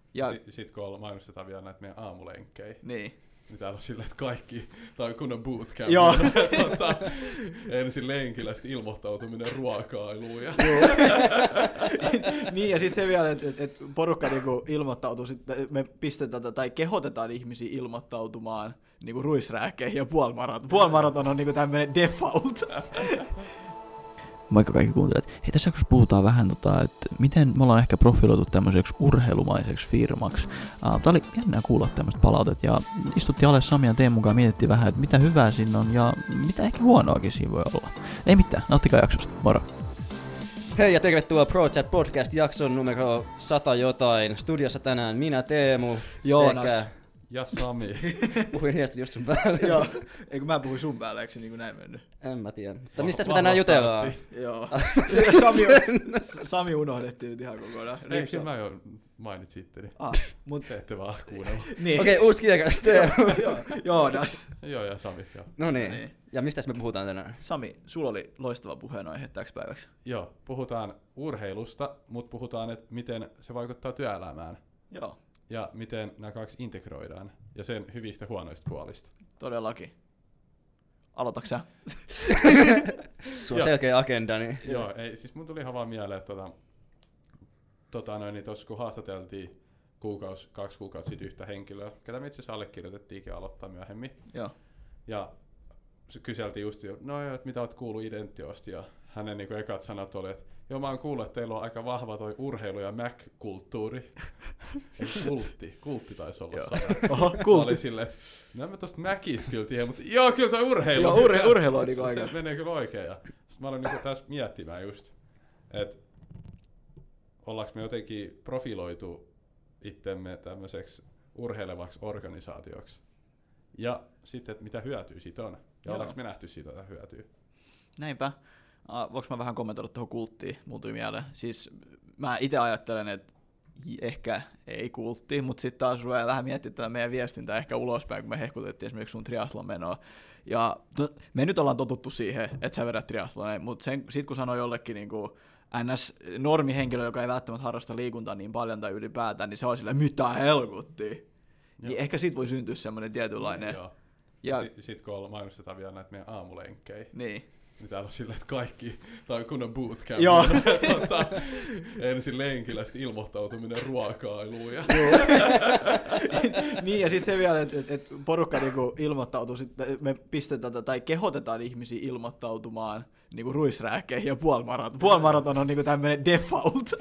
Ja Sitten kun mainostetaan vielä näitä meidän aamulenkkejä, niin täällä on silleen, että kaikki, tää on kunnon bootcamp. Joo. Ensin lenkillä, sitten ilmoittautuminen ruokailuun. Ja niin, ja sitten se vielä, että porukka niinku ilmoittautuu, me pistetään tai kehotetaan ihmisiä ilmoittautumaan niinku ruisrääkkeihin ja puolimaraton. Puolimaraton on niinku tämmöinen default. Moikka kaikki kuuntelijat. Hei, tässä jaksossa puhutaan vähän, että miten me ollaan ehkä profiloitu tämmöiseksi urheilumaiseksi firmaksi. Tää oli jännää kuulla tämmöistä palautetta ja istuttiin alas Sami ja Teemu mukaan, mietittiin vähän, että mitä hyvää siinä on ja mitä ehkä huonoakin siinä voi olla. Ei mitään, nauttikaa jaksosta. Moro! Hei ja tervetuloa ProChat Podcast jakson numero 100 jotain. Studiossa tänään minä Teemu Joonas sekä... ja Sami. Puhuin hienosti just sun päälle. Joo, eikö mä puhuin sun päälle, eikö se niin kuin näin mennyt? En mä tiedä. Mutta mistä me tänään jutellaan? Joo. Sami unohdettiin nyt ihan kokonaan. Eikö mä jo mainitsin itteni? Te ette vaan kuunnella. Niin. Okei, uusi kierros Teemu. Joonas. Joo, ja Sami, joo. No niin. Ja mistä me puhutaan tänään? Sami, sulla oli loistava puheenaihe täksi päiväksi. Joo, puhutaan urheilusta, mutta puhutaan, että miten se vaikuttaa työelämään. Joo. Ja miten nämä kaksi integroidaan, ja sen hyvistä huonoista puolista. Todellakin. Aloitatko sä? Sulla on selkeä agenda, niin... Joo, ei, siis mun tuli ihan vaan mieleen, että niin tuossa kun haastateltiin 2 kuukautta sitten yhtä henkilöä, ketä me itse asiassa allekirjoitettiinkin aloittaa myöhemmin. Joo. Ja kyseltiin just, että mitä oot kuullut Identiosta, ja hänen niin kuin ekat sanat oli, että joo, mä oon kuullut, että teillä on aika vahva toi urheilu- ja Mac-kulttuuri. Kultti taisi olla sana. Oho, Mä kultti. olin silleen, että no mä tosta Macista kyllä tiedän, mutta joo, kyllä toi urheilu. Joo, urheilu on niinku aika. Se menee kyllä oikein. Ja sit mä olin niinku tässä miettimään just, että ollaanko me jotenkin profiloitu itsemme tämmöiseksi urheilevaksi organisaatioksi. Ja sitten, että mitä hyötyä siitä on. Ja ollaanko me nähty siitä jotain hyötyä. Näinpä. Voinko mä vähän kommentoida tuohon kulttiin? Mulla tuli mieleen. Siis mä itse ajattelen, että ehkä ei kulttiin, mutta sitten taas ruvetaan vähän miettiä tätä meidän viestintää ehkä ulospäin, kun me hehkutettiin esimerkiksi sun triathlon menoa. Ja me nyt ollaan totuttu siihen, että sä vedät triathloneja, mutta sitten kun sanoo jollekin niin kuin NS-normihenkilö, joka ei välttämättä harrasta liikuntaa niin paljon tai ylipäätään, niin se on silleen, mitä helkuttia. Niin ehkä siitä voi syntyä semmoinen tietynlainen. Joo. Ja Sitten kun mainostetaan vielä näitä meidän aamulenkkejä, niin täällä on silleen, että kaikki, tää on kunnon bootcamp. Joo. Ensin lenkillä, sitten ilmoittautuminen ruokailuun. Ja niin, ja sitten se vielä, että porukka niinku ilmoittautuu, me pistetään tai kehotetaan ihmisiä ilmoittautumaan niinku ruisrääkkeihin ja puolimaraton. Puolimaraton on niinku tämmöinen default.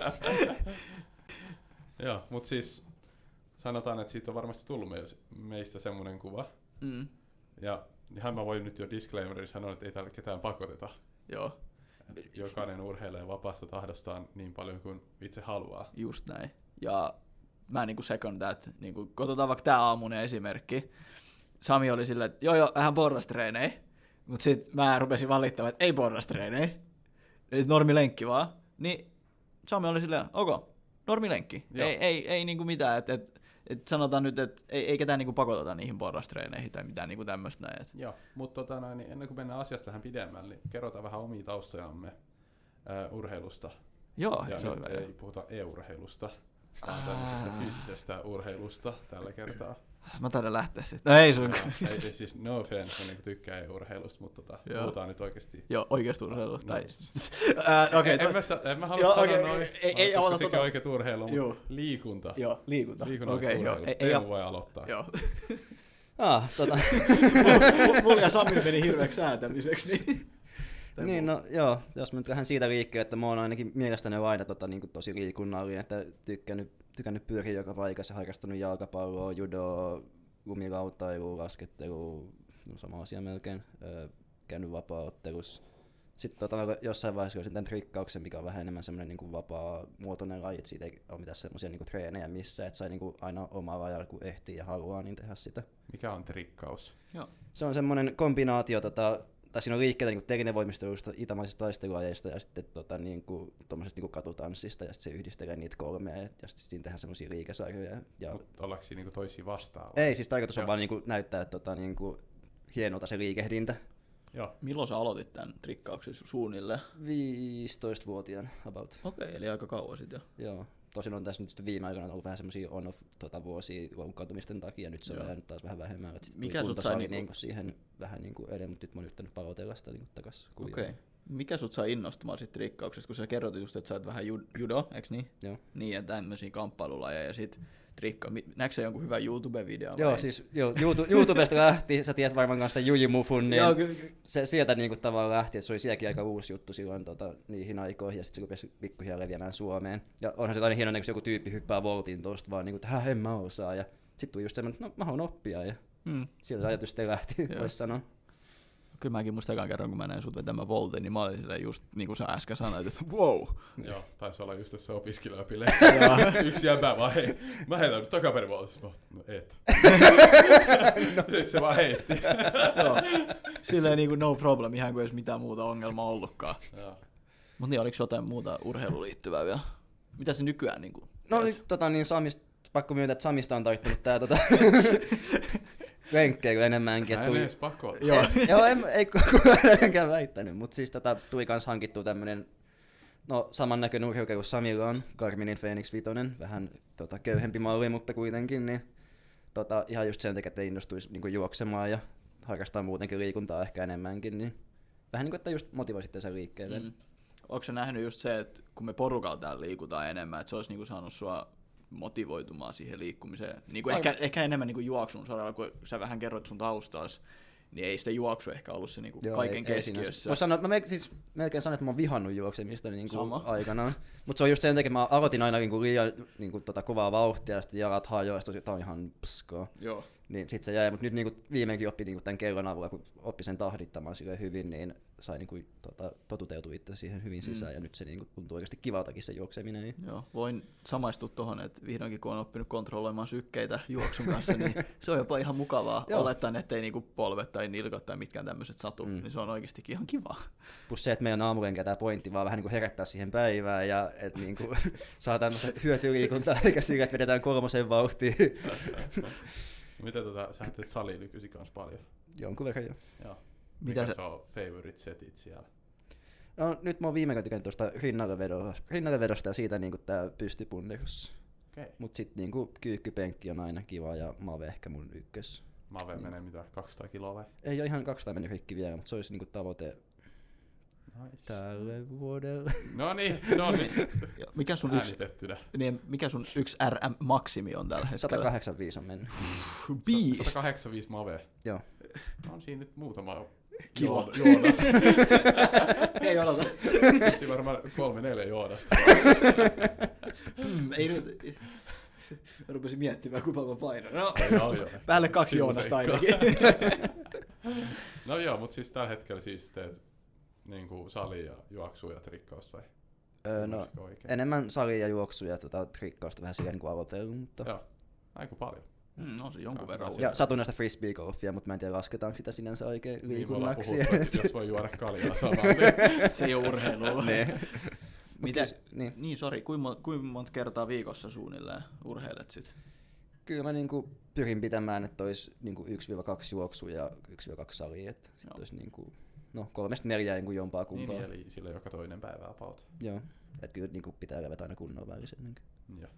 Joo, mutta siis sanotaan, että siitä on varmasti tullut meistä semmoinen kuva. Mm. Ja ihan mä voin nyt jo disclaimerin sanoa, että ei täällä ketään pakoteta. Joo. Et jokainen urheilee vapaasta tahdostaan niin paljon kuin itse haluaa. Just näin. Ja mä niinku second that. Niinku, otetaan vaikka tää aamunen esimerkki. Sami oli silleen, että joo, vähän porrastreenejä. Mut sit mä rupesin valittamaan, että ei porrastreenejä. Normilenkki vaan. Niin Sami oli silleen, ok, normilenkki. Ei niinku mitään, että sanotaan nyt, että ei ketään niinku pakoteta niihin porrastreeneihin tai mitään niinku tämmöistä näin. Joo, mutta niin ennen kuin mennään asiasta tähän pidemmälle, niin kerrotaan vähän omia taustojamme urheilusta. Joo, ja se on nyt hyvä. ei puhuta e-urheilusta, vaan tämmöisestä fyysisestä urheilusta tällä kertaa. Mä taidan lähteä sitten. No ei sun. Ei siis no offense, kun tykkää e-urheilusta, mutta puhutaan nyt oikeasti. Joo, oikeasta urheilusta. Okei, en mä halua sanoa noin, koska sekä oikeat urheilu, mutta liikunta. Joo, liikunta. Liikunnallista urheilusta. Teemu voi aloittaa. Joo. Mulla ja Samilla meni hirveäksi säätämiseksi. Niin, no joo, jos mä nyt vähän siitä liikkeen, että mä oon ainakin mielestäni aina niin tosi liikunnallinen, että tykännyt pyöriä joka paikassa, harrastanut jalkapalloa, judoa, lumilautailua, laskettelua, sama asia melkein, käynyt vapaa-ottelussa. Sitten jossain vaiheessa löysin tämän trikkauksen, mikä on vähän enemmän semmoinen niin vapaa-muotoinen laji, että siitä ei ole mitään semmoisia niin treenejä missään, että sai niin aina omalla ajalla, kun ehtii ja haluaa, niin tehdä sitä. Mikä on trikkaus? Joo. Se on semmoinen kombinaatio, tai siinä on liikkeitä niin telinevoimistelusta, itämaisista taisteluajeista ja sitten tuommoisesta niin katutanssista, ja sitten se yhdistelee niitä kolmea, ja sitten siinä tehdään semmoisia liikesarjoja. Mutta ollaanko siinä niin toisia vastaan? Ei, siis tarkoitus on vaan niin näyttää hienolta se liikehdintä. Joo. Milloin sä aloitit tämän trikkauksen suunnilleen? 15-vuotiaana about. Okei, eli aika kauan sitten jo. Joo. tosin on tässä nyt sitten viime aikoina ollut vähän semmosia on-off vuosia loukkaantumisten takia, nyt se on jäänyt taas vähän vähemmän. Mikä sut sai niinku siihen vähän niinku edelleen, mutta nyt mä oon yrittänyt palotella sitä niinku takas. Okei. Mikä sut sai innostumaan siitä trikkauksesta, kun sä kerrot just, että sä oot vähän judo, eiks niin? Joo. Niin, ja tämmösiä kamppailulajeja ja sit trikka. Näetkö sä jonkun hyvän YouTube-videon? Joo, siis YouTubesta lähti, sä tiedät varmaan kanssa sitä Jujimufun, niin se sieltä niinku tavallaan lähti, että se oli sielläkin aika uusi juttu silloin niihin aikoihin, ja sitten se rupesi pikkuhiljaa leviämään Suomeen. Ja onhan se aina hienoa, kun joku tyyppi hyppää voltin tosta vaan, niinku, että en mä osaa, ja sitten tuli just semmoinen, että no mä haluan oppia, ja sieltä se ajatus sitten lähti, voisi sanoa. Kyllä mäkin musta ekan kerran, kun mä näin sut vetämään voltin, niin mä olin silleen just niin kuin sä äsken sanoit, että wow. Joo, taisi olla just tässä opiskelijapileissä. Yksi jäbä vaan, hei, mä heitän nyt takaperin voltissa. No et. Sitten se vaan heitti. Joo, silleen niin kuin no problem, ihan kuin ei olisi mitään muuta ongelmaa ollutkaan. Mut niin, oliko jotain muuta urheiluun liittyvää vielä? Mitä se nykyään niin kuin no niin Samista, pakko myöntää, että Samista on taittunut tää renkkeily enemmänkin. Mä en edes pakko. Joo, ei kukaan väittänyt, mutta siis tuli kans hankittua tämmönen samannäköinen urheilu kuin Samilla on, Garminin Phoenix 5, vähän köyhempi malli, mutta kuitenkin, niin ihan just sen takia, että innostuisi niinku juoksemaan ja harrastaa muutenkin liikuntaa ehkä enemmänkin, niin vähän niin kuin, että just motivoi sitten sen liikkeelle. Onko sä nähnyt just se, että kun me porukalla täällä liikutaan enemmän, että se olisi niinku saanut sua motivoitumaan siihen liikkumiseen? Niinku ehkä enemmän niinku juoksun saralla, kun sä vähän kerroit sun taustaas, niin ei sitä juoksu ehkä ollut se niinku kaiken keskiössä. Voisi sanoa, mä melkein sanon, että mä oon vihannut juoksemista niinku aikanaan. Mutta se on just sen takia, mä aloitin aina niinku liian niinku kovaa vauhtia ja sitten jalat hajoaa, ja tää on ihan pskoa. Joo. Niin sit se jäi, mutta nyt niinku viimeinkin oppi niinku tämän kellon avulla, kun oppi sen tahdittamaan silleen hyvin, niin sai niinku totuteltua itse siihen hyvin sisään, ja nyt se niinku tuntuu oikeasti kivaltakin se juokseminen. Joo, voin samaistua tuohon, että vihdoinkin kun on oppinut kontrolloimaan sykkeitä juoksun kanssa, niin se on jopa ihan mukavaa. Olettaen, ettei niinku polvet tai nilkat tai mitkään tämmöiset satu, niin se on oikeastikin ihan kivaa. Plus se, että meidän aamurenkä tämä pointti vaan vähän niinku herättää siihen päivään ja että niinku saa tämmöistä hyötyliikuntaa, eikä sillä, että vedetään 3 vauhtiin. Miten sä teet saliin nykyisin kanssa paljon? Jonkun verran joo. Mikä se on favorite setit siellä? No nyt mä oon viime tykännyt tuosta rinnallevedosta ja siitä niinku tää pystypunnerus. Okay. Mut sit niinku kyykkypenkki on aina kiva ja Mave ehkä mun ykkös. Mave menee mitä, 200 kiloa vai? Ei oo ihan 200 meni rikki vielä, mutta se olisi niinku tavoite tälle vuodelle. No niin, se on nyt mikä sun yksi RM-maksimi on tällä hetkellä? 185 on mennyt. Beast! 185 Mave. Joo. On siinä nyt muutama kilo. Joonas. Ei odota. Siinä varmaan 3-4 Joonasta. Ei nyt. Mä rupesin miettimään, kuinka mä painan. No, joo. päälle 2 Joonasta ainakin. No joo, mutta siis tällä hetkellä siis teet niinku sali ja juoksu ja trikkausta vai? No enemmän sali ja juoksu ja trikkausta vähän silleen niin aloitellut, mutta... Joo, aika paljon. No se jonkun verran. Ja satunnaista frisbee-golfia, mutta mä en tiedä lasketaanko sitä sinänsä oikein liikunnaksi. Niin, jos voi juoda kaljaa samaan, niin se ei ole urheilua. Niin, sori, kuinka monta kertaa viikossa suunnilleen urheilet sit? Kyllä mä niinku pyrin pitämään, että olisi niinku 1-2 juoksua ja 1-2 salia, että sit olisi niinku 3-4 niinku jompaa kumpaa. Niin, eli sillä joka toinen päivä about. Joo, että kyllä niinku pitää levätä aina kunnon välisen. Joo.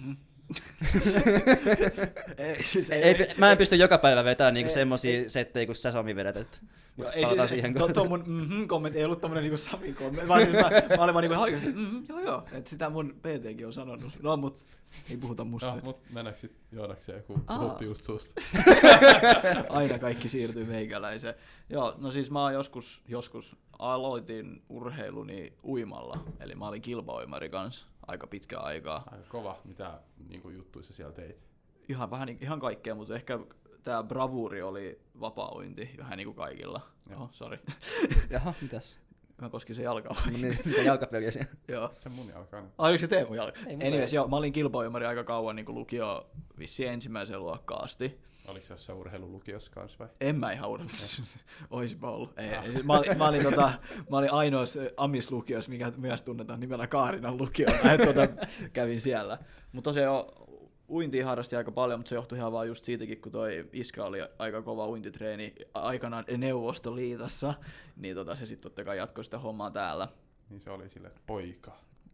Mä en pysty joka päivä vetämään niinku semmosia settejä, kun sä Sami vedät. Ei siihen tuo mun kommentti ei ollut tommonen niinku Sami kommentti. Mä olin vaan niinku halkasti, joo, että sitä mun PT:kin on sanonut. No mut ei puhuta musta nyt. Mut mennäänkö sit Joonakseen, kun puhuttiin just susta? Aina kaikki siirtyy meikäläiseen. Joo, no siis mä joskus aloitin urheiluni uimalla, eli mä olin kilpauimari kanssa aika pitkään aikaa. Aika kova, mitä niinku juttuja sä siellä teit? Ihan kaikkea, mutta ehkä tää bravuuri oli vapaa-uinti, vähän niin kuin kaikilla. Oho, sori. Jaha, mitäs? Mä koskin sen jalkaa. No niin, mitä jalkapeliä siellä? Joo. Se mun jalka on. Oliko se Teemu jalka? Anyways, joo, mä olin kilpauimari aika kauan niin kuin lukio vissiin ensimmäiseen luokkaan asti. Oliko se jossain urheilulukiossa kanssa vai? En mä ihan oispa ollut. Mä olin ainoassa amislukiossa, mikä myös tunnetaan nimellä Kaarinan lukio. Kävin siellä. Mutta tosiaan uintia harrasti aika paljon, mutta se johtui ihan vaan just siitäkin, kun toi iskä oli aika kova uintitreeni aikanaan Neuvostoliitossa, niin se sitten totta kai jatkoi sitä hommaa täällä. Niin se oli silleen, poika.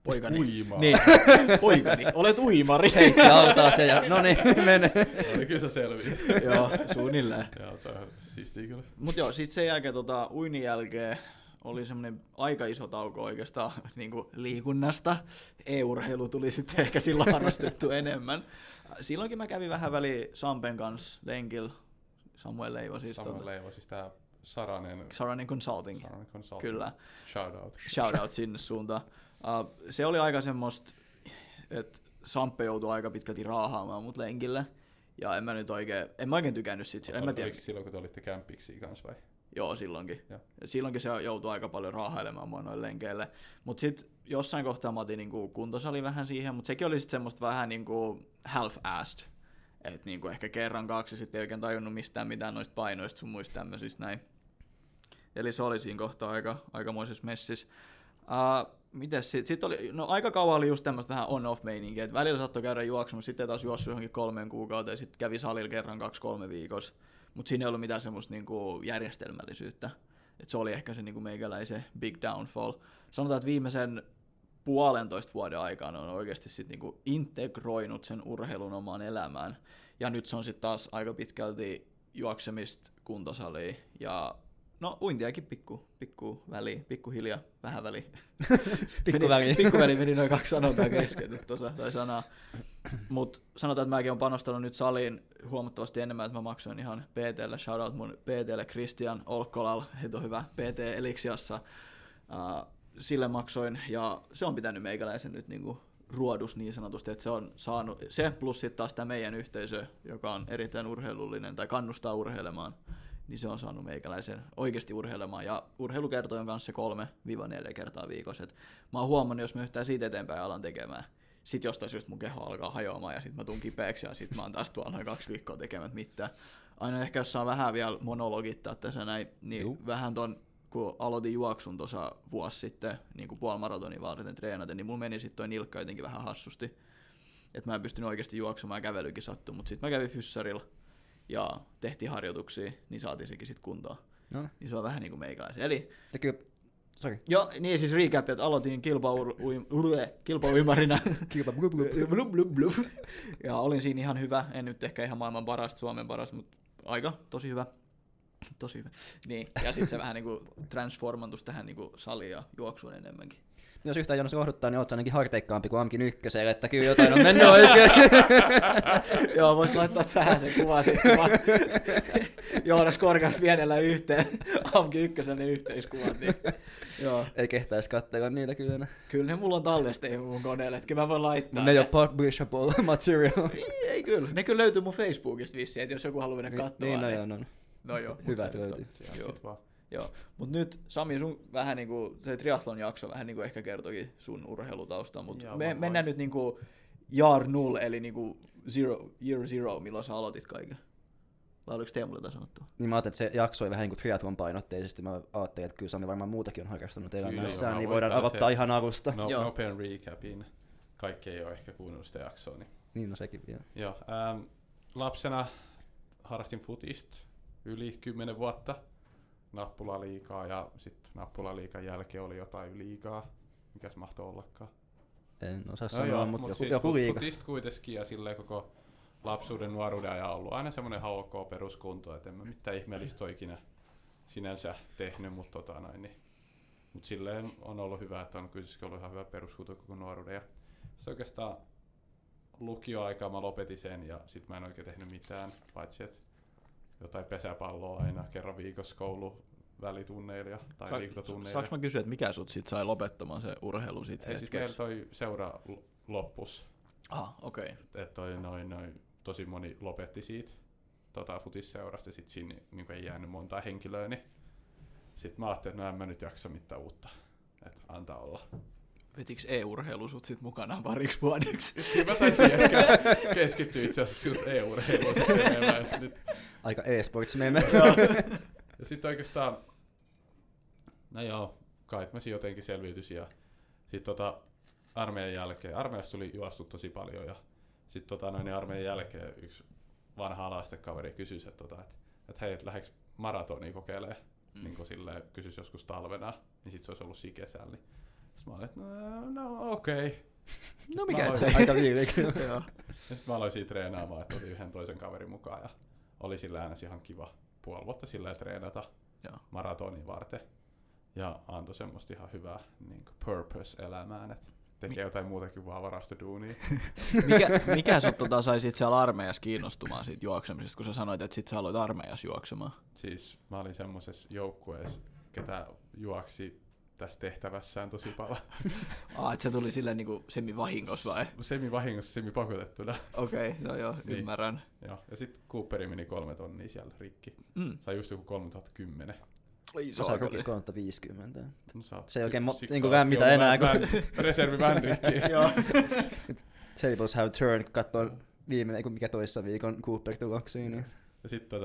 Poikani. Uimaa. Niin, poikani, olet uimari. Heitti altaa se ja no niin, mene. No, kyllä sä selviit. Joo, suunnilleen. Joo, tää on siistiä kyllä. Mut joo, sit sen jälkeen uinnin jälkeen oli semmonen aika iso tauko oikeastaan niinku liikunnasta. E-urheilu tuli sitten ehkä silloin harrastettu enemmän. Silloinkin mä kävin vähän väliin Sampen kanssa lenkillä. Samuel Leivo siis. Samuel Leivo, siis tää Saranen Consulting. Kyllä. Shout out sinne suuntaan. Se oli aika semmoista, että Sampe joutui aika pitkälti raahaamaan mut lenkille. Ja en mä oikein tykännyt siitä. Oliko silloin, kun te olitte kämpiksiä kanssa vai? Joo, silloinkin. Ja. Silloinkin se joutui aika paljon raahailemaan mua noille lenkeille. Mut sit jossain kohtaa mä otin niinku kuntosali vähän siihen, mut sekin oli sit semmoista vähän niinku half-assed. Et niinku ehkä kerran kaksi sit ei oikein tajunnut mistään mitään noista painoista sun muista tämmöisistä näin. Eli se oli siinä kohtaa aikamoisessa messissä. Mites sit oli, no aika kauan oli just tämmöistä vähän on-off-meininkiä, että välillä saattoi käydä juoksemassa, sitten taas juossut johonkin 3 kuukauteen, sitten kävi salilla kerran 2-3 viikossa, mutta siinä ei ollut mitään semmoista niinku järjestelmällisyyttä, että se oli ehkä se niinku meikäläisen big downfall. Sanotaan, että viimeisen 1,5 vuoden aikana on oikeasti sit niinku integroinut sen urheilun omaan elämään, ja nyt se on sitten taas aika pitkälti juoksemista kuntosaliin, ja no uintiakin pikkuhiljaa, vähän väliä. Pikkuväliin meni noin 2 sanontaa kesken nyt tai sanaa. Mut sanotaan, että mäkin olen panostanut nyt saliin huomattavasti enemmän, että mä maksoin ihan PT:lle, shoutout mun PT:lle Christian Olkkolal, heitä on hyvä PT Elixiassa. Sille maksoin ja se on pitänyt meikäläisen nyt niinku ruodus niin sanotusti, että se on saanut se plus sitten taas tämä meidän yhteisö, joka on erittäin urheilullinen tai kannustaa urheilemaan. Niin se on saanut meikäläisen oikeasti urheilemaan, ja urheilukertojen kanssa 3-4 kertaa viikossa. Et mä oon huomannut, jos mä yhtään siitä eteenpäin alan tekemään, sit jostain syystä mun keho alkaa hajoamaan, ja sit mä tuun kipeäksi, ja sit mä oon taas tuolla noin 2 viikkoa tekemät mitään. Aina ehkä jos saa vähän vielä monologittaa tässä näin, niin vähän kun aloitin juoksun tuossa vuosi sitten, niin kuin puolimaratonin varten treenaten, niin mulla meni sit toi nilkka jotenkin vähän hassusti. Että mä en pystynyt oikeasti juoksemaan, ja kävelykin sattui, mutta sit mä kävin fyssarilla, ja tehtiin harjoituksia, niin saatiin sekin sitten kuntoon. No. Niin se on vähän niin kuin meikäläisen. Eli joo, niin siis recap, että aloitin kilpauimarina. Ja olin siinä ihan hyvä, en nyt ehkä ihan maailman parasta, Suomen parasta, mutta aika tosi hyvä. Niin, ja sitten se vähän niin kuin transformantus tähän niin kuin saliin ja juoksuun enemmänkin. Jos yhtään Joonas kohduttaa, niin oot ainakin harteikkaampi kuin Amkin ykköselle, että kyllä jotain on mennyt oikein. Joo, vois laittaa tähän sen kuvan sitten, kun Joonas korkan pienellä yhteen, Amkin ykköselle yhteiskuvat. Niin, joo. Ei kehtäisi katsella niitä kyllä. Kyllä ne mulla on tallesteja mun koneelle, että kyllä mä voin laittaa. Ne ei ole publishable material. Ei kyllä, ne kyllä löytyy mun Facebookista vissiin, että jos joku haluaa mennä katsoa. Niin, no joo. Hyvät löytyy. Joo, mutta nyt Sami, sun vähän niinku, se triathlon jakso vähän niinku ehkä kertoikin sun urheilutausta, mutta mennään nyt niinku Jaar 0, eli niinku year zero, milloin sä aloitit kaiken. Vai oliko Teemulle jotain sanottua? Niin mä ajattelin, että se jakso oli vähän niinku triathlon painotteisesti. Mä ajattelin, että kyllä Sami varmaan muutakin on harrastanut elämässään, niin voidaan aloittaa ihan alusta. Nopean recapin. Kaikki ei ole ehkä kuunnellut sitä jaksoa. Niin, no sekin vielä. Joo, lapsena harrastin futista yli 10 vuotta. Nappulaliigaa ja sitten nappulaliigan jälkeen oli jotain liigaa. Mikäs mahtoi ollakaan? En osaa sanoa, mutta siis joku liiga. Futista kuitenkin ja silleen koko lapsuuden nuoruuden ajan ollut aina semmoinen ok peruskunto, että en mä mitään ihmeellistä ole ikinä sinänsä tehnyt, mutta mut silleen on ollut hyvä, että on kuitenkin ollut ihan hyvä peruskunto koko nuoruuden. Ja sitten oikeastaan lukioaikaa mä lopetin sen ja sit mä en oikein tehnyt mitään, paitsi että jotain pesäpalloa aina kerran viikossa kouluvälitunneilla tai liikuntatunneilla. Saanko mä kysyä, että mikä sut sit sai lopettamaan se urheilu sit hetkeksi? Siis meillä toi seura loppus. Okei. Okay. Että tosi moni lopetti siitä futisseurasta ja sit siinä niin ei jäänyt montaa henkilöä, niin sit mä ajattelin, että en mä nyt jaksa mitään uutta, että antaa olla. Vetikö e-urheilu sut sit mukana pariksi vuodeksi? Mä taisin ehkä keskittyä itse asiassa just e-urheiluun nyt. Aika e-sports meme. Ja sit oikeastaan, no joo, kai mä jotenkin selviytyisin ja sit armeijan jälkeen, armeijasta tuli juostu tosi paljon ja sit armeijan jälkeen yksi vanha alaistekaveri kysyisi, että hei, et lähdeks maratonia kokeilemaan, niin kuin silleen kysyisi joskus talvena, niin sit se olisi ollut siinä kesällä. Niin Sitten mä olin, että no okei. No mikä ettei. Aika viilikin. Ja sitten mä aloin siinä treenaamaan, että oli yhden toisen kaverin mukaan ja oli sillä äänessä ihan kiva puoli vuotta silleen treenata maratonin varten. Ja antoi semmoista ihan hyvää niin purpose-elämään, että tekee jotain muutakin vaan varastoduunia. Mikä sut sai sit siellä armeijassa kiinnostumaan siitä juoksemisesta, kun sä sanoit, että sit sä aloit armeijassa juoksemaan? Siis mä olin semmosessa joukkueessa, ketä juoksi tässä tehtävässään tosi paljon. Että se tuli silleen niinku semi-vahingossa vai? Semi-vahingossa, semi-pakotettuna. Okei, joo, niin. Ymmärrän. Joo. Ja sit Cooperi meni 3 tonnia siellä rikki. Sai just joku 3010. Sä sai kokis 350. No, se ei oikein niinku lämmitä enää. Reservi vähän rikki. Tables have turned, kun katsoo viimeinen, mikä toissa viikon Cooper-tuloksia. Niin. Ja sitten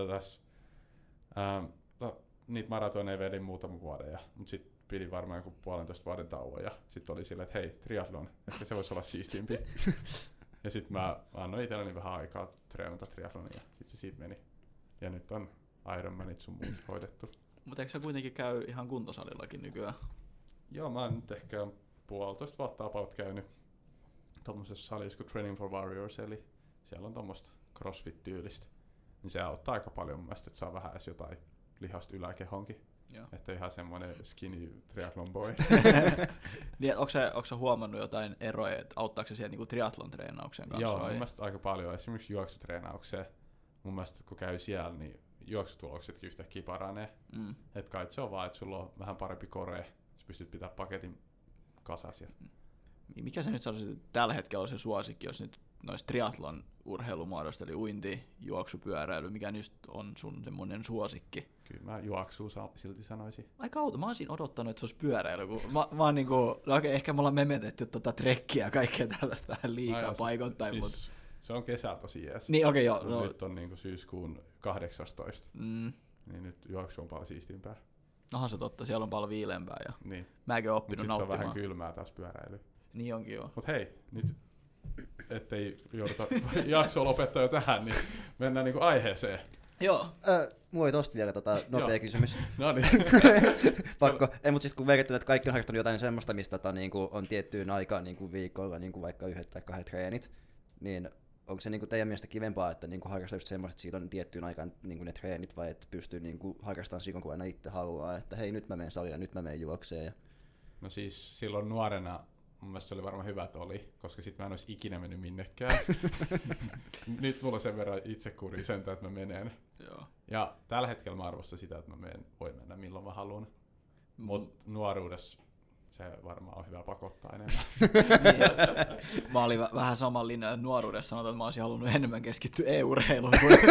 niitä maratoneja vedin muutaman vuoden, mutta sitten pidin varmaan joku 1,5 vuoden tauon ja sitten oli silleen, että hei, triathlon, ehkä se voisi olla siistiimpi. Ja sitten mä annoin itselleni vähän aikaa treenata triathlonia ja sitten se siitä meni. Ja nyt on Ironmanit sun muut hoidettu. Mutta eikö sä kuitenkin käy ihan kuntosalillakin nykyään? Joo, mä oon nyt ehkä 1,5 vuotta about käynyt tommosessa salissa kuin Training for Warriors, eli siellä on tommoista crossfit-tyylistä. Niin se auttaa aika paljon mun mielestä, että saa vähän edes jotain lihasta yläkehonkin. Että ihan semmoinen skinny triathlon boy. Niin, onko sä huomannut jotain eroja, että auttaako se siellä niinku triathlon treenauksen kanssa? Joo, mun mielestä aika paljon. Esimerkiksi juoksutreenaukseen. Mun mielestä kun käy siellä, niin juoksutuloksetkin yhtäkkiä paranee. Että kai se on vaan, että sulla on vähän parempi kore, sä pystyt pitämään paketin kasas. Mikä se nyt sanoisi, tällä hetkellä on se suosikki, jos nyt noista triathlon urheilumuodosta, eli uinti, juoksu, pyöräily, mikä nyt on sun semmoinen suosikki? Kyllä mä juoksua silti sanoisin. Aika outo. Mä olisin odottanut, että se olisi pyöräily, kun mä oon niinku, ehkä me ollaan memetetty trekkiä ja kaikkea tällaista vähän liikaa paikoittain. Siis, se on kesä tosi jees. Niin okei, joo. No. Nyt on niinku syyskuun 18. Niin nyt juoksu on paljon siistimpää. Onhan se totta, siellä on paljon viileämpää ja niin. Mäkin oon oppinut nauttimaan. Se on vähän kylmää taas pyöräily. Niin onkin joo. Mut hei, nyt ettei jouduta jaksoa lopettaa jo tähän, niin mennään niinku aiheeseen. Joo. Mulla oli tosta vielä nopea kysymys. No niin. Pakko. Ei, mutta siis kun verrattuna, että kaikki on harrastanut jotain semmoista, mistä niinku on tiettyyn aikaan niinku viikolla niinku vaikka 1 tai 2 treenit, niin onko se niinku teidän mielestä kivempaa, että niinku harrastaa just semmoista, että siitä on tiettyyn aikaan niinku ne treenit, vai että pystyy niinku harrastamaan silloin, kun aina itse haluaa, että hei, nyt mä menen salille, nyt mä menen juokseen. Ja... No siis silloin nuorena mun mielestä se oli varmaan hyvä, että oli, koska sit mä en olisi ikinä mennyt minnekään. Nyt mulla on sen verran itsekuri sentään, että mä menen. Joo. Ja tällä hetkellä mä arvostan sitä, että mä voin mennä milloin mä haluan. Mut nuoruudessa se varmaan on hyvä pakottaa enemmän. Mä olin vähän saman linjan nuoruudessa, sanotaan, että mä olisin halunnut enemmän keskittyä e-urheiluun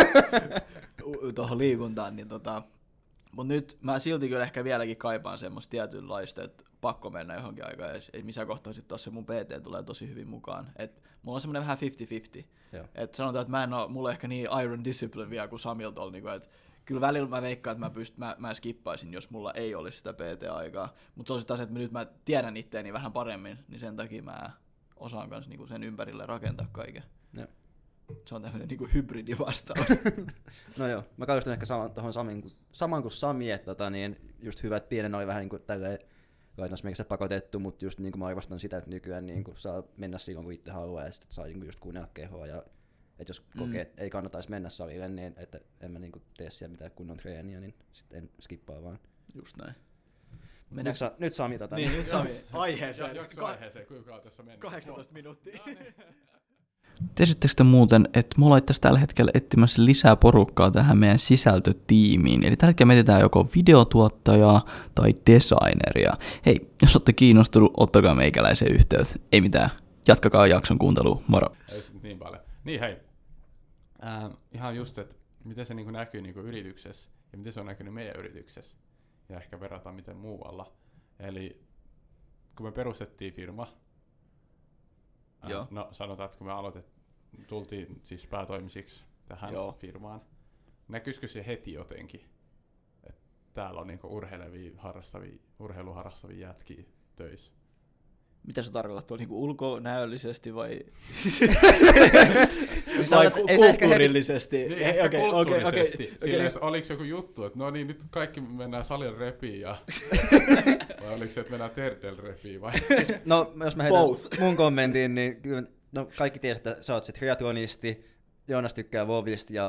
kuin tuohon liikuntaan. Niin mutta nyt mä silti kyllä ehkä vieläkin kaipaan semmoista tietynlaista, että pakko mennä johonkin aikaan. Ja missä kohtaa sitten taas se mun PT tulee tosi hyvin mukaan. Et mulla on semmoinen vähän 50-50. Et sanotaan, että mulla on ehkä niin iron discipline vielä kuin Samil tuolla. Niin että kyllä välillä mä veikkaan, että mä skippaisin, jos mulla ei olisi sitä PT-aikaa. Mutta se on sitten taas, että nyt mä tiedän itteeni vähän paremmin, niin sen takia mä osaan kanssa niinku sen ympärille rakentaa kaiken. Ja. Se on tämmöinen niinku hybridivastaus. No joo, mä kannustan ehkä saman kuin Sami, että niin just hyvä, että pienen oli vähän niin kuin tälleen lainausmerkissä pakotettu, mutta just niin kuin mä arvostan sitä, että nykyään niin kuin saa mennä silloin, kun itse haluaa, ja sitten saa niin kuin just kuunnella kehoa, ja että jos kokee, että ei kannattaisi mennä salille, niin että en mä niin kuin tee siellä mitään kunnon treeniä, niin sitten en skippaa vaan. Just näin. Nyt Sami Niin, nyt Sami. Aiheeseen. Aiheeseen, kuinka on tässä mennyt? 18 minuuttia. Tiesittekö te muuten, että me ollaan tällä hetkellä etsimässä lisää porukkaa tähän meidän sisältötiimiin. Eli tällä hetkellä mietitään joko videotuottajaa tai designeria. Hei, jos olette kiinnostunut, ottakaa meikäläisen yhteyttä. Ei mitään, jatkakaa jakson kuuntelua. Moro. Ei niin paljon. Niin hei, ihan just, että miten se niin kuin näkyy niin kuin yrityksessä ja miten se on näkynyt meidän yrityksessä. Ja ehkä verrataan miten muualla. Eli kun me perustettiin firma, no sanotaan, että kun me tultiin siis päätoimisiksi tähän firmaan, näkyisikö se heti jotenkin, että täällä on niinku urheiluharrastavia jätkiä töissä? Mitä se tarkoittaa tuolla niinku ulkonäöllisesti vai Vai kulttuurillisesti? Kulttuurisesti. Siis oliko joku juttu, että no niin, nyt kaikki mennään salin repiin ja vai oliko se, että mennään terdel repiin vai? Siis, no, jos mä heitän mun kommentin, niin kyllä, no, kaikki tiedät, että sä oot se triatlonisti, Joonas tykkää Vovista ja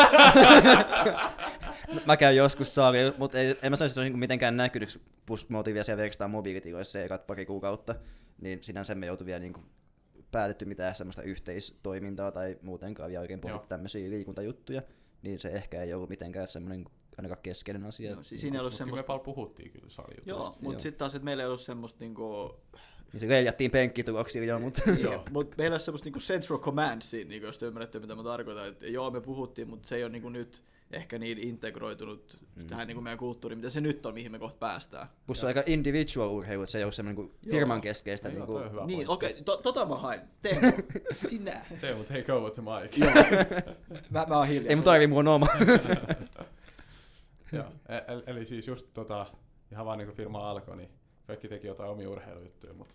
mä käyn joskus salilla, mutta en mä sanoisi, että se on mitenkään näkynyt, plus me oltiin vielä siellä verkistaan mobiilitiloissa ekat pari kuukautta, niin sinänsä me joutui vielä niin kuin päätetty mitään semmoista yhteistoimintaa tai muutenkaan vielä oikein pohdittu tämmöisiä liikuntajuttuja, niin se ehkä ei ollut mitenkään semmoinen ainakaan keskeinen asia. Joo, siinä ei ollut semmoista... Me paljon puhuttiin kyllä salijutuista. Joo, mutta sitten taas, että meillä ei ollut semmoista niinku... Niin se leijattiin penkkituloksilla jo, mutta... Joo, mutta meillä ei ole semmoista niinku central command siinä, niinku, jos te ymmärrätte, mitä mä tarkoitan. Että joo, me puhuttiin, mutta se ei ole niinku nyt ehkä niin integroitunut tähän niinku meidän kulttuuriin, mitä se nyt on, mihin me kohta päästään. Plus se on aika individual urheilu, se ei ole semmoinen niinku firman keskeistä. Joo, niinku... toi on hyvä Niin, pointti. okei, tota mä hain. Teemu, sinä. Teemu, take over the mic. Joo. Mä oon hiljaa. Ei mun tarvii, mulla on oma. Joo, eli siis just ihan vaan niinku firma alkoi, niin kaikki teki jotain omia urheilujuttuja, mutta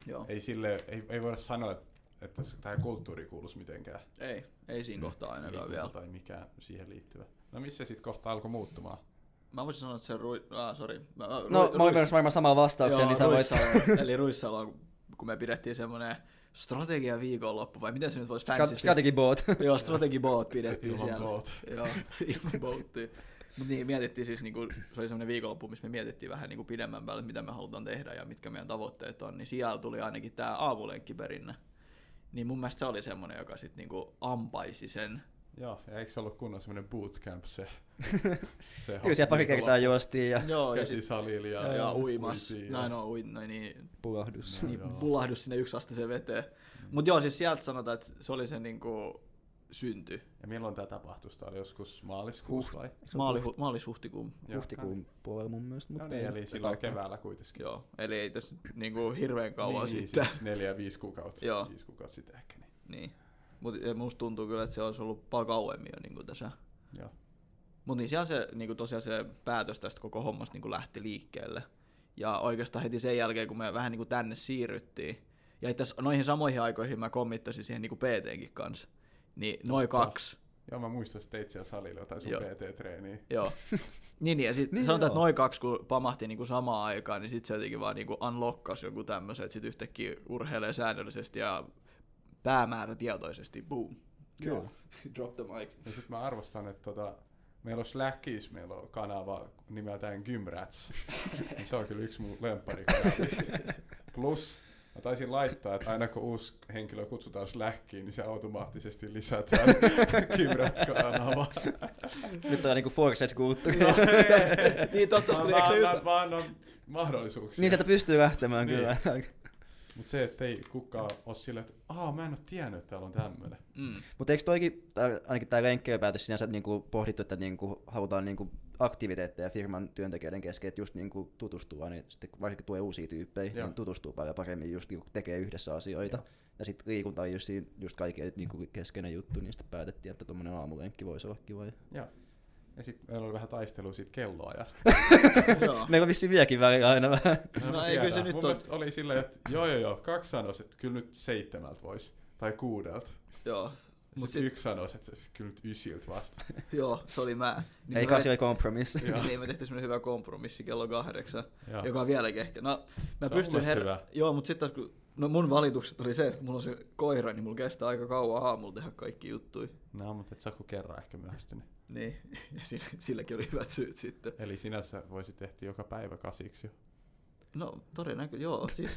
ei voida sanoa, että tähän kulttuuriin kuuluisi mitenkään. Ei siinä kohtaa ainakaan vielä. Tai mikään siihen liittyvä. No missä sitten kohta alkoi muuttumaan? Mä voisin sanoa, että se sori. No, mä olin menossa varmaan samaa vastauksia, niin sä voit... Eli Ruissalo, kun me pidettiin semmoinen strategia-viikonloppu, vai miten se nyt voisi fancysti? Strategiboat. Joo, strategiboat pidettiin Ilman siellä. boat. Joo, ilman boattia. Mutta niin, mietittiin siis, niinku, se oli semmoinen viikonloppu, missä me mietittiin vähän niinku pidemmän päälle, mitä me halutaan tehdä ja mitkä meidän tavoitteet on, niin siellä tuli ainakin tämä aamulenkkiperinnä. Niin mun mielestä se oli semmoinen, joka sitten niinku ampaisi sen. Joo, ja eikö se ollut kunnon semmoinen bootcamp se Kyllä siellä pari kertaa juostiin ja... Joo, käsisalilla ja uimas. Näin niin Pulahdus. Niin, pulahdus sinne 1 asteeseen veteen. Mutta joo, siis sieltä sanotaan, että se oli se niinku synty. Ja milloin tämä tapahtui? Tämä oli joskus maaliskuussa vai? Maalis-huhtikuun. Huhtikuun puolella mun mielestä. No niin, eli silloin keväällä kuitenkin. Joo, eli ei tässä niinku hirveän kauan niin, sitten. Siis 4-5 kuukautta. Joo. 5 kuukautta sitten ehkä. Niin. Mutta musta tuntuu kyllä, että se olisi ollut paljon kauemmin jo niinku tässä. Joo. Mutta niin siellä se, niinku tosiaan se päätös tästä koko hommasta niinku lähti liikkeelle. Ja oikeastaan heti sen jälkeen, kun me vähän niinku tänne siirryttiin, ja itse asiassa noihin samoihin aikoihin mä kommittasin siihen niinku PT:nkin kanssa, niin noin 2. Joo, mä muistan, että teit siellä salilla jotain sun PT-treeniä. Joo. niin, ja sitten niin sanotaan, että noin 2, kun pamahti niinku samaan aikaan, niin sitten se jotenkin vaan niinku unlockas jonkun tämmöisen, että sitten yhtäkkiä urheilee säännöllisesti ja päämäärätietoisesti, boom. Kyllä. Drop the mic. Ja sit mä arvostan, että meillä on Slackissa, meillä on kanava nimeltään Gymrats. Se on kyllä yksi mun lempparikanavista. Plus mä taisin laittaa, että aina kun uusi henkilö kutsutaan Slackiin, niin se automaattisesti lisätään Gymrats-kanava. Nyt on niinku forset-kulttuuri. Niin toivottavasti, eikö se just... Mä annan mahdollisuuksia. Niin sieltä pystyy lähtemään niin. kyllä. Mutta se, ettei kukaan ole silleen, että mä en ole tiennyt, että täällä on tämmönen. Mutta eikö toikin, ainakin tämä lenkkeilypäätös sinänsä niinku pohdittu, että niinku halutaan niinku aktiviteetteja firman työntekijöiden kesken, että just niinku tutustua, niin sitten varsinkin tulee uusia tyyppejä, niin tutustuu paljon paremmin, just niinku tekee yhdessä asioita. Joo. Ja sitten liikunta on just kaiken niinku keskeinen juttu, niin sitten päätettiin, että tuommoinen aamulenkki voisi olla kiva. Joo. Ja sitten meillä oli vähän taistelua siitä kelloajasta. Meillä on vissiin vieläkin välillä aina vähän. No eikö se nyt mun mielestä oli silleen, että joo, 2 sanoisi, että kyllä nyt 7 voisi, tai 6. Joo. Sitten 1 sanoisi, että kyllä nyt 9 vasta. Joo, se oli mä. Niin ei kai se oli kompromissi. Niin me tehtiin semmoinen hyvä kompromissi kello 8, joka on vieläkin ehkä. No, mä pystyn Joo, mutta sitten kun mun valitukset oli se, että kun mulla on se koira, niin mulla kestää aika kauan aamulla tehdä kaikki juttuja. No, mutta et sä kun kerran ehkä myöhästynyt. Niin, ja silläkin oli hyvät syyt sitten. Eli sinänsä voisi tehty joka päivä 8 jo. No, todennäköisesti, joo. Siis,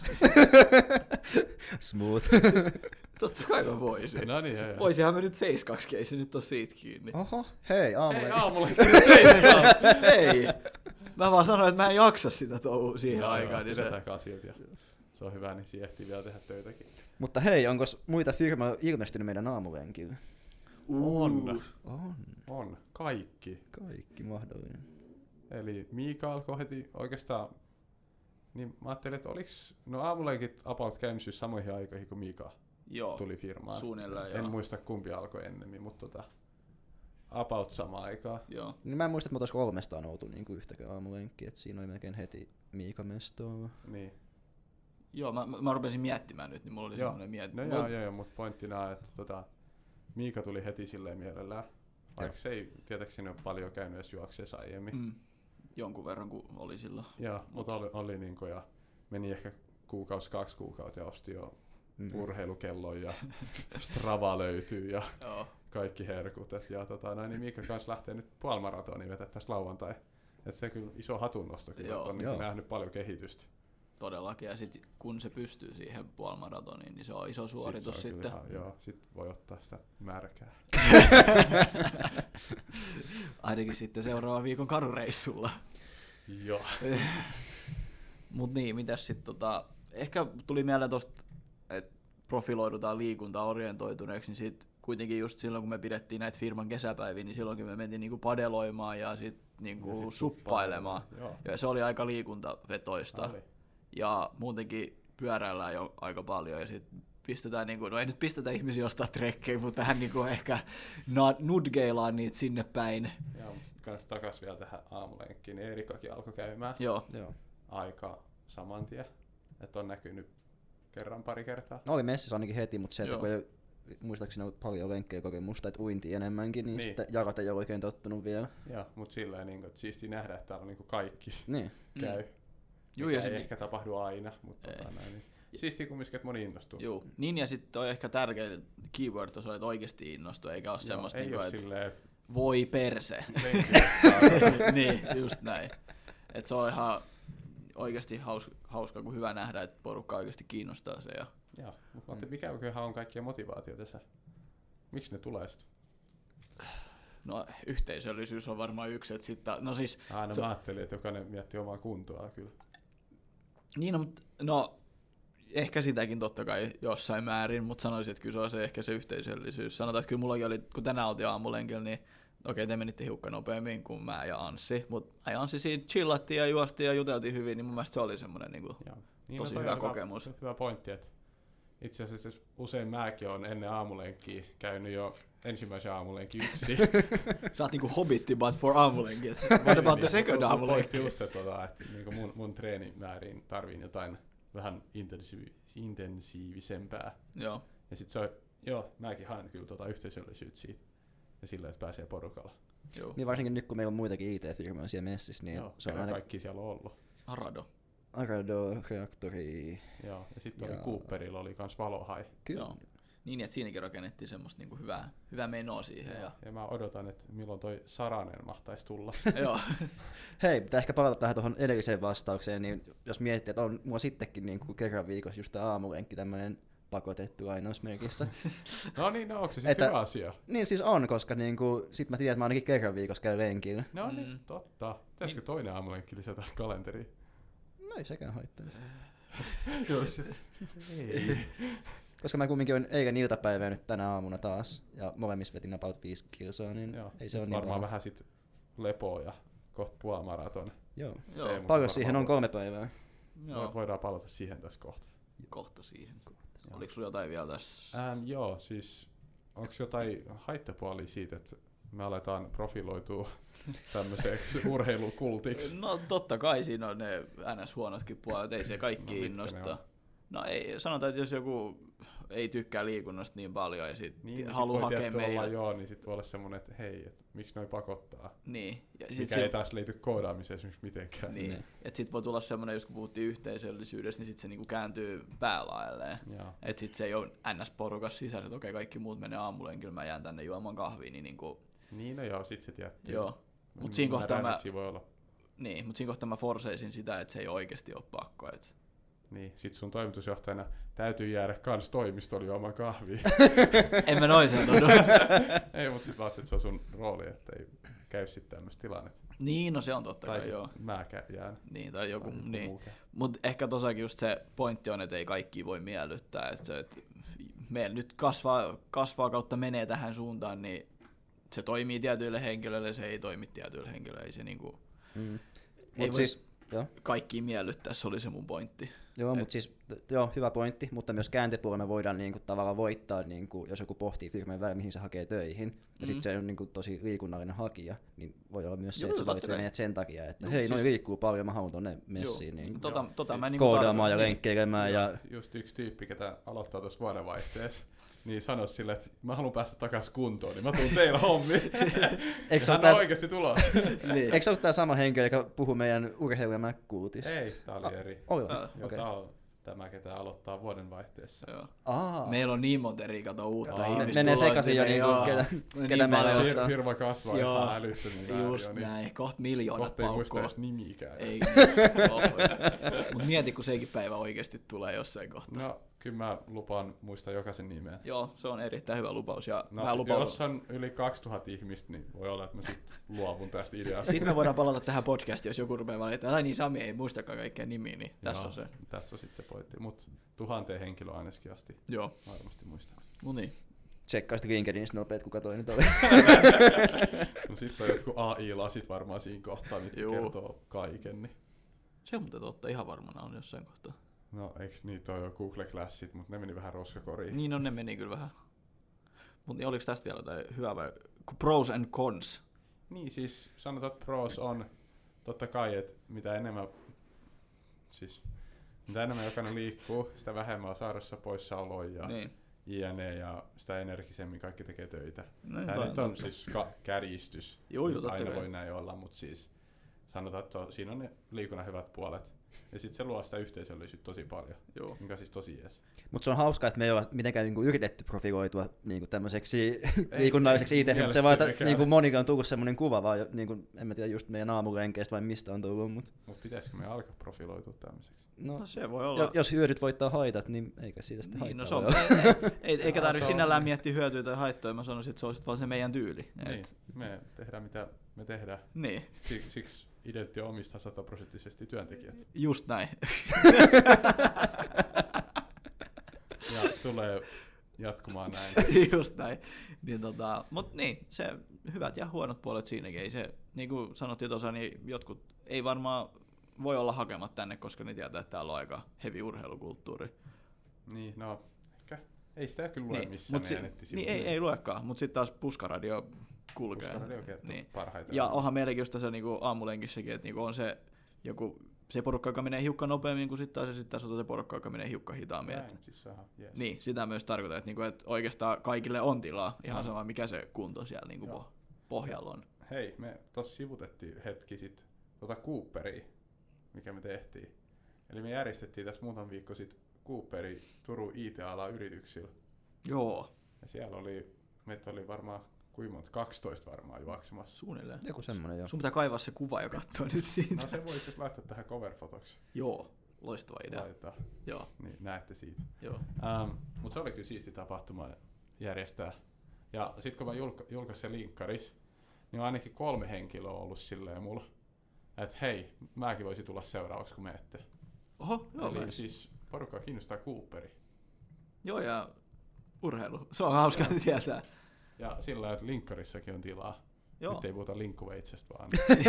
smooth. Totta kai mä voisin. No niin, hei. Voisinhan me nyt 7-2, ei se nyt ole siitä kiinni. Oho, hei, aamulla. Hei, aamulla 7. Ei. Mä vaan sanoin, että mä en jaksa sitä touhua siihen aikaan. Niin pidetään 8 ja se on hyvä, niin siihen ehtii vielä tehdä töitäkin. Mutta hei, onko muita firmoja ilmestynyt meidän aamulenkille? On. Kaikki mahdollinen. Eli Miika alkoi heti oikeastaan, niin mä ajattelin, että oliks, no aamulenkit about käynnissä samoihin aikoihin kuin Miika tuli firmaan. Suunnilleen, en muista kumpi alkoi ennemmin, mutta about samaan aikaan. Joo. Niin mä en muista, että me oltais 3 oltu niinku yhtäkään aamulenkkiä, että siinä oli melkein heti Miika mestoilla. Niin. Joo, mä rupesin miettimään nyt, niin mulla oli semmoinen Joo, mutta pointtina on, että Miika tuli heti silleen mielellään. Vaikka se ei tietääkseni ole paljon käynyt edes juokseessa aiemmin. Jonkun verran, kun oli silloin. Joo, mutta oli niinku, ja meni ehkä 2 kuukautta ja osti jo urheilukellon ja Strava löytyy ja kaikki herkut. Niin Miika kanssa lähtee nyt puolimaratoniin vetää tässä lauantai. Että se kyllä iso hatunnosto kyllä, on niin nähnyt paljon kehitystä. Todellakin, ja sitten kun se pystyy siihen puolimaratoniin, niin se on iso suoritus sitten. Sitten voi ottaa sitä märkää. Ainakin sitten seuraavan viikon kadureissulla. Joo. Mut niin, mitäs sitten ehkä tuli mieleen tosta, että profiloidutaan liikuntaorientoituneeksi, niin sit kuitenkin just silloin, kun me pidettiin näitä firman kesäpäiviä, niin silloinkin me mentiin niinku padeloimaan ja sitten niinku suppailemaan. Ja se oli aika liikuntavetoista. Ja muutenkin pyöräillään jo aika paljon ja sitten pistetään, niinku, no ei nyt pistetä ihmisiä ostaa trekkejä, mutta tähän niinku ehkä nudgeilaan niitä sinne päin. Joo, mutta kans takas vielä tähän aamulenkkiin, niin Eerikakin alkoi käymään aika saman tien, että on näkynyt pari kertaa. No oli messissä ainakin heti, mutta se, että kun ei muistaakseni ollut paljon lenkkejä kokemusta, että uinti enemmänkin, niin sitten jarat ei ole oikein tottunut vielä. Joo, mutta silleen, niin että siistiä nähdä, että täällä on kaikki käy. Ei ehkä tapahdu aina, mutta niin. Siistiä kumminkin, että moni innostuu. Joo, niin ja sitten on ehkä tärkein keyword on, että oikeasti innostuu, eikä ole semmoista, niin että silleen, voi perse. Niin, just näin. Että se on ihan oikeasti hauska, kun hyvä nähdä, että porukka oikeasti kiinnostaa se. Joo, mutta mikä on kaikkien motivaatio tässä? Miksi ne tulee sitten? No yhteisöllisyys on varmaan yksi, että sitten, no siis... Mä ajattelin, että jokainen miettii omaa kuntoa kyllä. Niin, no ehkä sitäkin totta kai jossain määrin, mutta sanoisin, että kyllä se on se ehkä se yhteisöllisyys. Sanotaan, että kyllä mullakin oli, kun tänään oltiin aamulenkillä, niin okei, te menitte hiukan nopeammin kuin mä ja Anssi, mutta Anssi siinä chillattiin ja juostiin ja juteltiin hyvin, niin mun mielestä se oli semmoinen tosi hyvä kokemus. Hyvä pointti, että itse asiassa usein mäkin olen ennen aamulenkkiä käynyt jo ensimmäisen aamulenkin yksin. Sä oot niinku hobbitti, but for aamulenkit. What about the second aamulenki? Just, että niinku mun treenimääriin tarviin jotain vähän intensiivisempää. Joo. Ja sit se on, mäkin haen kyllä yhteisöllisyyttä siitä. Ja sillä, että pääsee porukalla. Joo. Niin varsinkin nyt, kun meillä on muitakin IT-firmoja siellä messissä, niin se on aina... kaikki siellä on ollut. Arado, Reaktori. Joo, ja sitten oli Cooperilla oli kans Valohai. Kyllä. Joo. Niin, että siinäkin rakennettiin semmoista niinku hyvää menoa siihen. Ja mä odotan, että milloin toi Saranen mahtaisi tulla. Joo. Hei, pitää ehkä palata tähän tuohon edelliseen vastaukseen, niin jos miettii, että on mua sittenkin niin kuin kerran viikossa just tämä aamulenkki tämmöinen pakotettu ainoasmerkissä. No niin, onko se sitten hyvä asia? Niin siis on, koska niinku, sit mä tiedän, että mä ainakin kerran viikossa käyn lenkillä. No niin, totta. Pitäisikö toinen aamulenkki lisätä kalenteriin? No ei sekään haittaisi. Ei. Koska mä kumminkin olen eilen iltapäivää nyt tänä aamuna taas, ja molemmissa vetin about 5 kilsaa, niin ei se ole niin varmaan vähän sit lepoa ja kohta puolimaraton. Joo. Paljon siihen on 3 päivää. Voidaan palata siihen tässä kohta. Kohta siihen. Oliko sulla jotain vielä tässä? Joo, siis onko jotain haittapuolia siitä, että me aletaan profiloitua tämmöiseksi urheilukultiksi? No totta kai siinä on ne NS-huonotkin puolet, ei se kaikki innosta. No ei, sanotaan, että jos joku ei tykkää liikunnasta niin paljon ja sitten haluaa hakea meillä. Niin sitten voi olla semmoinen, että hei, et miksi noi pakottaa? Niin. Ja mikä ei taas liity koodaamiseen esimerkiksi mitenkään. Niin. Että sitten voi tulla semmoinen, jos kun puhuttiin yhteisöllisyydestä, niin sitten se niinku kääntyy päälaelleen. Että sitten se ei ole NS-porukas sisässä, että okei, kaikki muut menee aamulenkillä, mä jään tänne juomaan kahvia. Niin, no joo, sit se tietty. Joo. Mutta siinä kohtaa mä forseisin sitä, että se ei oikeasti ole pakko. Niin, sit sun toimitusjohtajana täytyy jäädä kans toimistoon juomaan kahvia. En mä noin sanonut. Ei, mutta sit vaatit, että se on sun rooli, että ei käy sit tämmöistä tilannetta. Niin, no se on totta kai, joo. Mä jään. Niin, tai joku, niin. Mut ehkä tossakin just se pointti on, että ei kaikki voi miellyttää. Että meillä nyt kasvaa kautta menee tähän suuntaan, niin se toimii tietyille henkilöille, se ei toimi tietyille henkilöille. Ei se niinku... Mutta siis kaikki miellyttää, se oli se mun pointti. Joo, mutta siis, hyvä pointti, mutta myös kääntöpuolella voidaan niinku tavallaan voittaa, niinku, jos joku pohtii firman välillä, mihin se hakee töihin, ja sitten se on niinku tosi liikunnallinen hakija, niin voi olla myös se, että se valitsee meidät sen takia, että hei, noi liikkuu paljon, mä haluan tonne messiin niin koodaamaan ja lenkkeilemään. Ja just yksi tyyppi, ketä aloittaa tuossa vuodenvaihteessa, niin sanoisi silleen, että mä haluan päästä takaisin kuntoon, niin mä tuun teillä hommiin. Hän on oikeasti tulossa. Niin. Eikö se ollut tämä sama henkilö, joka puhui meidän urheilu- ja Mac-kuutista? Ei, tää oli eri. Okay. Tää on tämä, ketä aloittaa vuodenvaihteessa. Meillä on niin monta eri uutta ihmistä. Menee sekaisin jo, ketä meillä ottaa. Firma kasvaa ihan älyttömiin. Just näin, kohta miljoonat paukkoo. Kohta ei muista edes nimikään. Ei. Mut mieti, kun sekin päivä oikeasti tulee jossain kohtaa. No, kyllä mä lupaan muistaa jokaisen nimeä. Joo, se on erittäin hyvä lupaus. Ja jos on yli 2000 ihmistä, niin voi olla, että mä sit luovun tästä ideasta. Sitten me voidaan palata tähän podcastiin, jos joku rupeaa valitaan, että Sami ei muistakaan kaikkea nimiä, niin tässä on se. Tässä on sitten se pointti, mutta 1000 henkilöä ainakin asti. Joo. Varmasti muistaa. No niin. Tsekkaisit LinkedInistä nopeet, kuka toi nyt oli. No sitten on jotkut AI-lasit varmaan siinä kohtaa, mitkä kertoo kaiken. Niin. Se on muuten totta, ihan varmana on jossain kohtaa. No eikö niitä ole jo Google Classit, mutta ne meni vähän roskakoriin. Niin, no ne meni kyllä vähän. Mutta oliko tästä vielä jotain hyvää vai pros and cons? Niin siis sanotaan, että pros on totta kai, että mitä enemmän jokainen liikkuu, sitä vähemmän on sairassa poissaoloja ja jne. Ja sitä energisemmin kaikki tekee töitä. Tämä nyt on siis kärjistys. Aina voi näin olla, mutta siis sanotaan, että siinä on ne liikunnan hyvät puolet. Ja sitten se luo sitä yhteisöllisyyttä tosi paljon, mikä on siis tosi jees. Mutta se on hauskaa, että me ei ole mitenkään niinku yritetty profiloitua niinku tämmöiseksi liikunnalliseksi itse, mutta se vaan, että niinku monikaan on tullut semmoinen kuva, vaan niinku, en mä tiedä just meidän aamulenkeistä vai mistä on tullut. Mutta pitäisikö me alkaa profiloitua tämmöiseksi? No se voi olla. Jos hyödyt voittaa haitat, niin eikä siitä sitten haittaa. No se on, eikä tarvitse sinällään miettiä hyötyä tai haittoja, mä sanoisin, että se on sitten vaan se meidän tyyli. Niin, me tehdään mitä me tehdään. Niin. Siksi Identity omistaa 100% työntekijät. Just näin. Ja tulee jatkumaan näin. Just näin. Niin, mutta niin, se hyvät ja huonot puolet siinäkin. Ei se, niin kuin sanottiin tuossa, niin jotkut ei varmaan voi olla hakemat tänne, koska ne tietää, että täällä on aika heavy urheilukulttuuri. Niin, no ehkä ei sitä kyllä lue missään meidän nettisivuilla. Niin, ei luekaan, mutta sitten taas Puskaradio kulkee. Puskaradio kertoo parhaiten. Ja onhan meilläkin just tässä niinku aamulenkissäkin, että niinku on se joku se porukka, joka menee hiukka nopeammin kuin sitten taas, ja sitten taas on se porukka, joka menee hiukka hitaammin. Niin, sitä myös tarkoittaa, että, niinku, että oikeastaan kaikille on tilaa, ihan sama mikä se kunto siellä niinku pohjalla on. Hei, me tossa sivutettiin hetki sitten Cooperia, mikä me tehtiin. Eli me järjestettiin tässä muutama viikko sitten Cooperi Turun IT-alan yrityksillä. Joo. Ja siellä meitä oli varmaan kuinka monta? 12 varmaan juoksemassa. Suunnilleen. Joku semmoinen, joo. Sun pitää kaivaa se kuva ja katsoa nyt siitä. No se voi siis laittaa tähän cover-fotoksi. Joo, loistava idea. Laitetaan. Joo. Niin näette siitä. Joo. Mutta se oli kyllä siisti tapahtuma järjestää. Ja sit kun mä julkaisin se linkkaris, niin on ainakin 3 henkilöä ollut silleen mulla, että hei, mäkin voisin tulla seuraavaksi kun menette. Oho, joo. Eli siis porukkaa kiinnostaa Cooperi. Joo, ja urheilu. Se on hauskaa tietää. Ja sillä että linkkarissakin on tilaa. Joo. Nyt ei puhuta linkkuveitsestä vaan.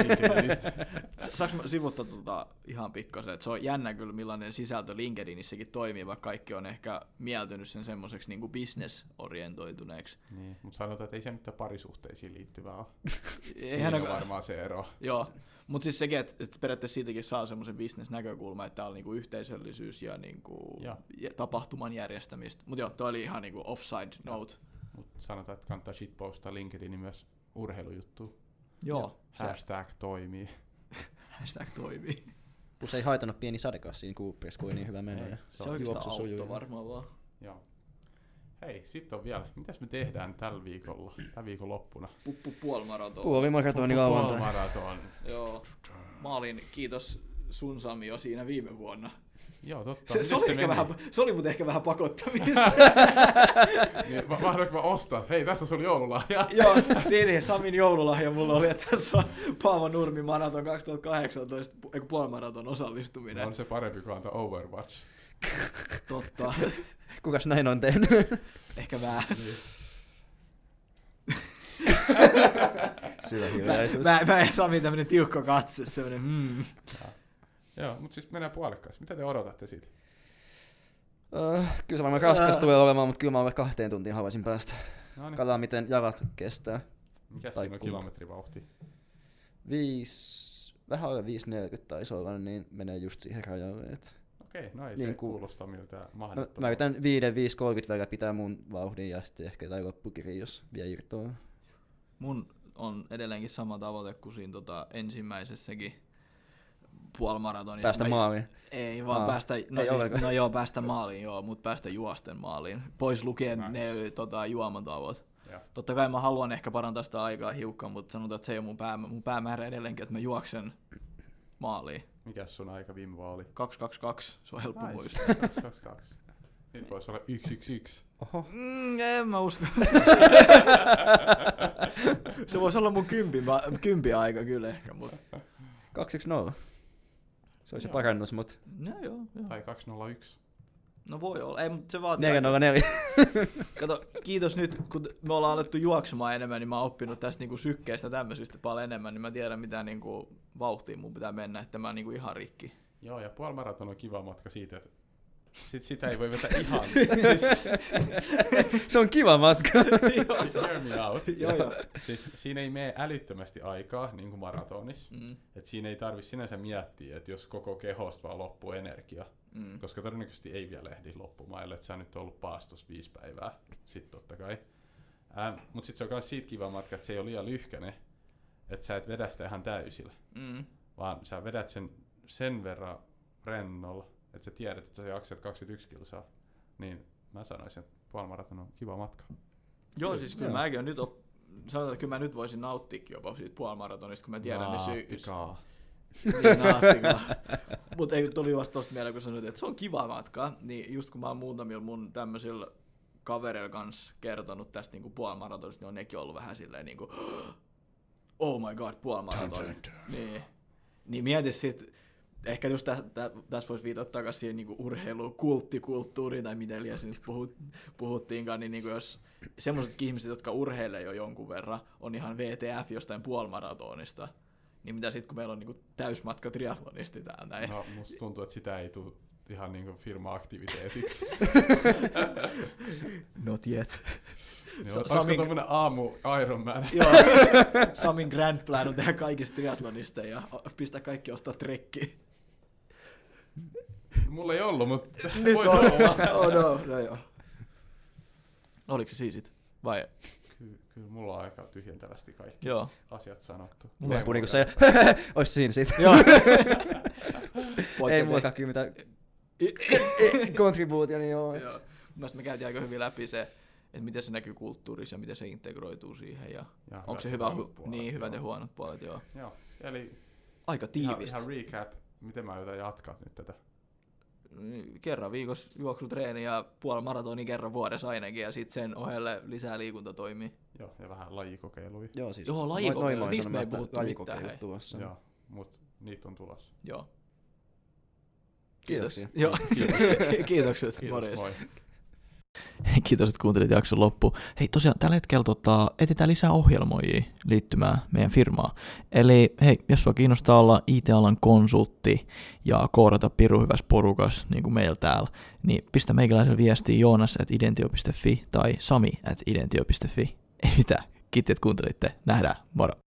Saanko mä sivuttaa ihan pikkasen, että se on jännä kyllä millainen sisältö LinkedInissäkin toimii, vaikka kaikki on ehkä mieltynyt sen semmoiseksi niin kuin business-orientoituneeksi. Niin, mutta sanotaan, että ei se nyt parisuhteisiin liittyvää ole. Siinä on varmaan se ero. Joo, mutta siis sekin, että periaatteessa siitäkin saa semmoisen business-näkökulman, että täällä on niinku yhteisöllisyys ja niinku tapahtuman järjestämistä. Mutta joo, toi oli ihan niinku offside note. Mutta sanotaan, että kannattaa shitpostaa LinkedInin myös urheilujuttuun. Joo. Hashtag toimii. Hashtag toimii. Plus ei haitannut pieni sadekas siinä Cooperissa, kun niin hyvä meno. Se oikeastaan auttoi varmaan vaan. Joo. Hei, sitten on vielä. Mitäs me tehdään tällä viikolla? Tällä viikon loppuna? Puolimaratoni. Puolimaratoni lauantai. Puolimaratoni. Joo. Mä olin, kiitos sun Sami jo siinä viime vuonna. Joo, totta. Se oli muuten ehkä vähän pakottamista. Niin, mahdoinko mä ostaa? Hei, tässä on sun joululahja. Joo, niin, Samin joululahja mulla oli, että tässä on Paavo Nurmi Maraton 2018, eiku puolimaraton osallistuminen. No on se parempi kuin antaa Overwatch. Totta. Kukas näin on tehnyt? Ehkä vähän. Niin. Syvä hiljaisuus. Mä en Sami tämmönen tiukka katse, semmonen Joo, mutta siis mennään puolikkaasti. Mitä te odotatte siitä? Kyllä se varmaan raskas tulee olemaan, mutta kyllä mä alle 2 tuntiin haluaisin päästä. No niin. Katsotaan miten jalat kestää. Mikäs tai siinä on kilometrivauhti? 5, vähän alle 5.40 taisi olla, niin menee just siihen rajalle. Okei, no ei Niin se kuin- kuulosta miltään No, mahdottomalta. mä yritän 5.30 välillä pitää mun vauhdin ja sitten ehkä jotain loppukiri, jos vielä irtoaa. Mun on edelleenkin sama tavoite kuin siinä ensimmäisessäkin puolimaratonissa. Päästä maaliin. Ei vaan päästä, päästä maaliin, mutta päästä juosten maaliin. Pois lukien ne juomatavot. Joo. Totta kai mä haluan ehkä parantaa sitä aikaa hiukan, mutta sanotaan, että se ei ole mun päämäärä edelleenkin, että mä juoksen maaliin. Mikäs sun aika viime oli? 2.22, se on helppo muistaa. 2. Nyt voisi olla 1.11. Oho. En mä usko. Se voisi olla mun kympi aika kyllä ehkä, mutta... 2.10. Se olisi Joo. parannus, mutta No joo. Tai 2.01. No voi olla. Ei, mutta se vaatii... 4.04. Kato, kiitos nyt, kun me ollaan alettu juoksemaan enemmän, niin mä oon oppinut tästä niinku sykkeistä tämmöisistä paljon enemmän, niin mä tiedän mitä niinku vauhtia mun pitää mennä, että mä oon niinku ihan rikki. Joo, ja puolimaraton on kiva matka siitä, että sitä ei voi vetää ihan. Se on kiva matka. Siis hear me out. Joo. Siis siinä ei mene älyttömästi aikaa, niin kuin maratonissa. Et siinä ei tarvitse sinänsä miettiä, että jos koko kehosta vaan loppuu energia. Koska todennäköisesti ei vielä ehdi loppumaan, että sä nyt on ollut paastossa 5 päivää. Sitten totta kai. Mutta sitten se on myös siitä kiva matka, että se ei ole liian lyhkäinen, että sä et vedä sitä ihan täysillä. Vaan sä vedät sen verran rennolla, että sä tiedät, että sä jaksat 21 kilsaa. Niin mä sanoisin, että puolimaraton on kiva matka. Joo, siis kyllä mäkin on nyt sanotaan, että kyllä mä nyt voisin nauttiakin jopa siitä puolimaratonista, kun mä tiedän ne Naattikaa. Niin, naattikaa. Mutta ei tuli vasta tosta mieleen, kun sanoit, että se on kiva matka, niin just kun mä oon muutamilla mun tämmöisillä kavereilla kanssa kertonut tästä niinku puolimaratonista, niin on nekin ollut vähän silleen niinku oh my god, puolimaraton. Niin mieti sit, ehkä just tässä voisi viitata takaisin siihen niinku urheiluun, kulttikulttuuriin tai miten liian nyt puhuttiinkaan, niin niinku jos semmoisetkin ihmiset, jotka urheilee jo jonkun verran, on ihan VTF jostain puolimaratonista, niin mitä sitten, kun meillä on niinku täysmatka triatlonisti täällä näin. No, musta tuntuu, että sitä ei tule ihan niinku firma-aktiviteetiksi. Not yet. Olisiko tommonen aamu Ironman? Joo, Samin grand plan on tehdä kaikista triatlonisteja ja pistää kaikki ostaa trekkiä. Mulla ei ollut, mutta Nyt voisi on. olla. No joo. Oliko se siisit? Vai? Kyllä mulla on aika tyhjentävästi kaikki Joo. asiat sanottu. Mulla on niinku se, ois siinä sit. Joo. Ei mullakaan kyllä mitään kontribuutio, niin joo. Joo. Mielestäni me käytiin aika hyvin läpi se, että miten se näkyy kulttuurissa ja miten se integroituu siihen ja onko se hyvä, niin hyvät ja huonot puolet, joo. Joo, eli Aika tiivistä. ihan recap, miten mä aion jatkaa nyt tätä. Kerran viikossa juoksutreeni ja puolimaratoni kerran vuodessa ainakin ja sitten sen ohelle lisää liikuntatoimia. Joo, ja vähän lajikokeiluja. Joo, siis. Joo, lajikokeilut, noin niistä me ei sanomasta puhuttu mitään. lajikokeilut tulossa. Joo, mutta niitä on tulossa. Joo. Kiitoksia. Joo. Kiitos. Kiitokset. Kiitos, Morjes. moi. Kiitos, että kuuntelit jakson loppu. Hei, tosiaan tällä hetkellä etsitään lisää ohjelmoijia liittymään meidän firmaan. Eli hei, jos sua kiinnostaa olla IT-alan konsultti ja koodata pirun hyvässä porukas, niin kuin meillä täällä, niin pistä meikäläisen viestiä joonas@identio.fi tai sami@identio.fi. Ei mitään. Kiitos, että kuuntelitte. Nähdään. Moro.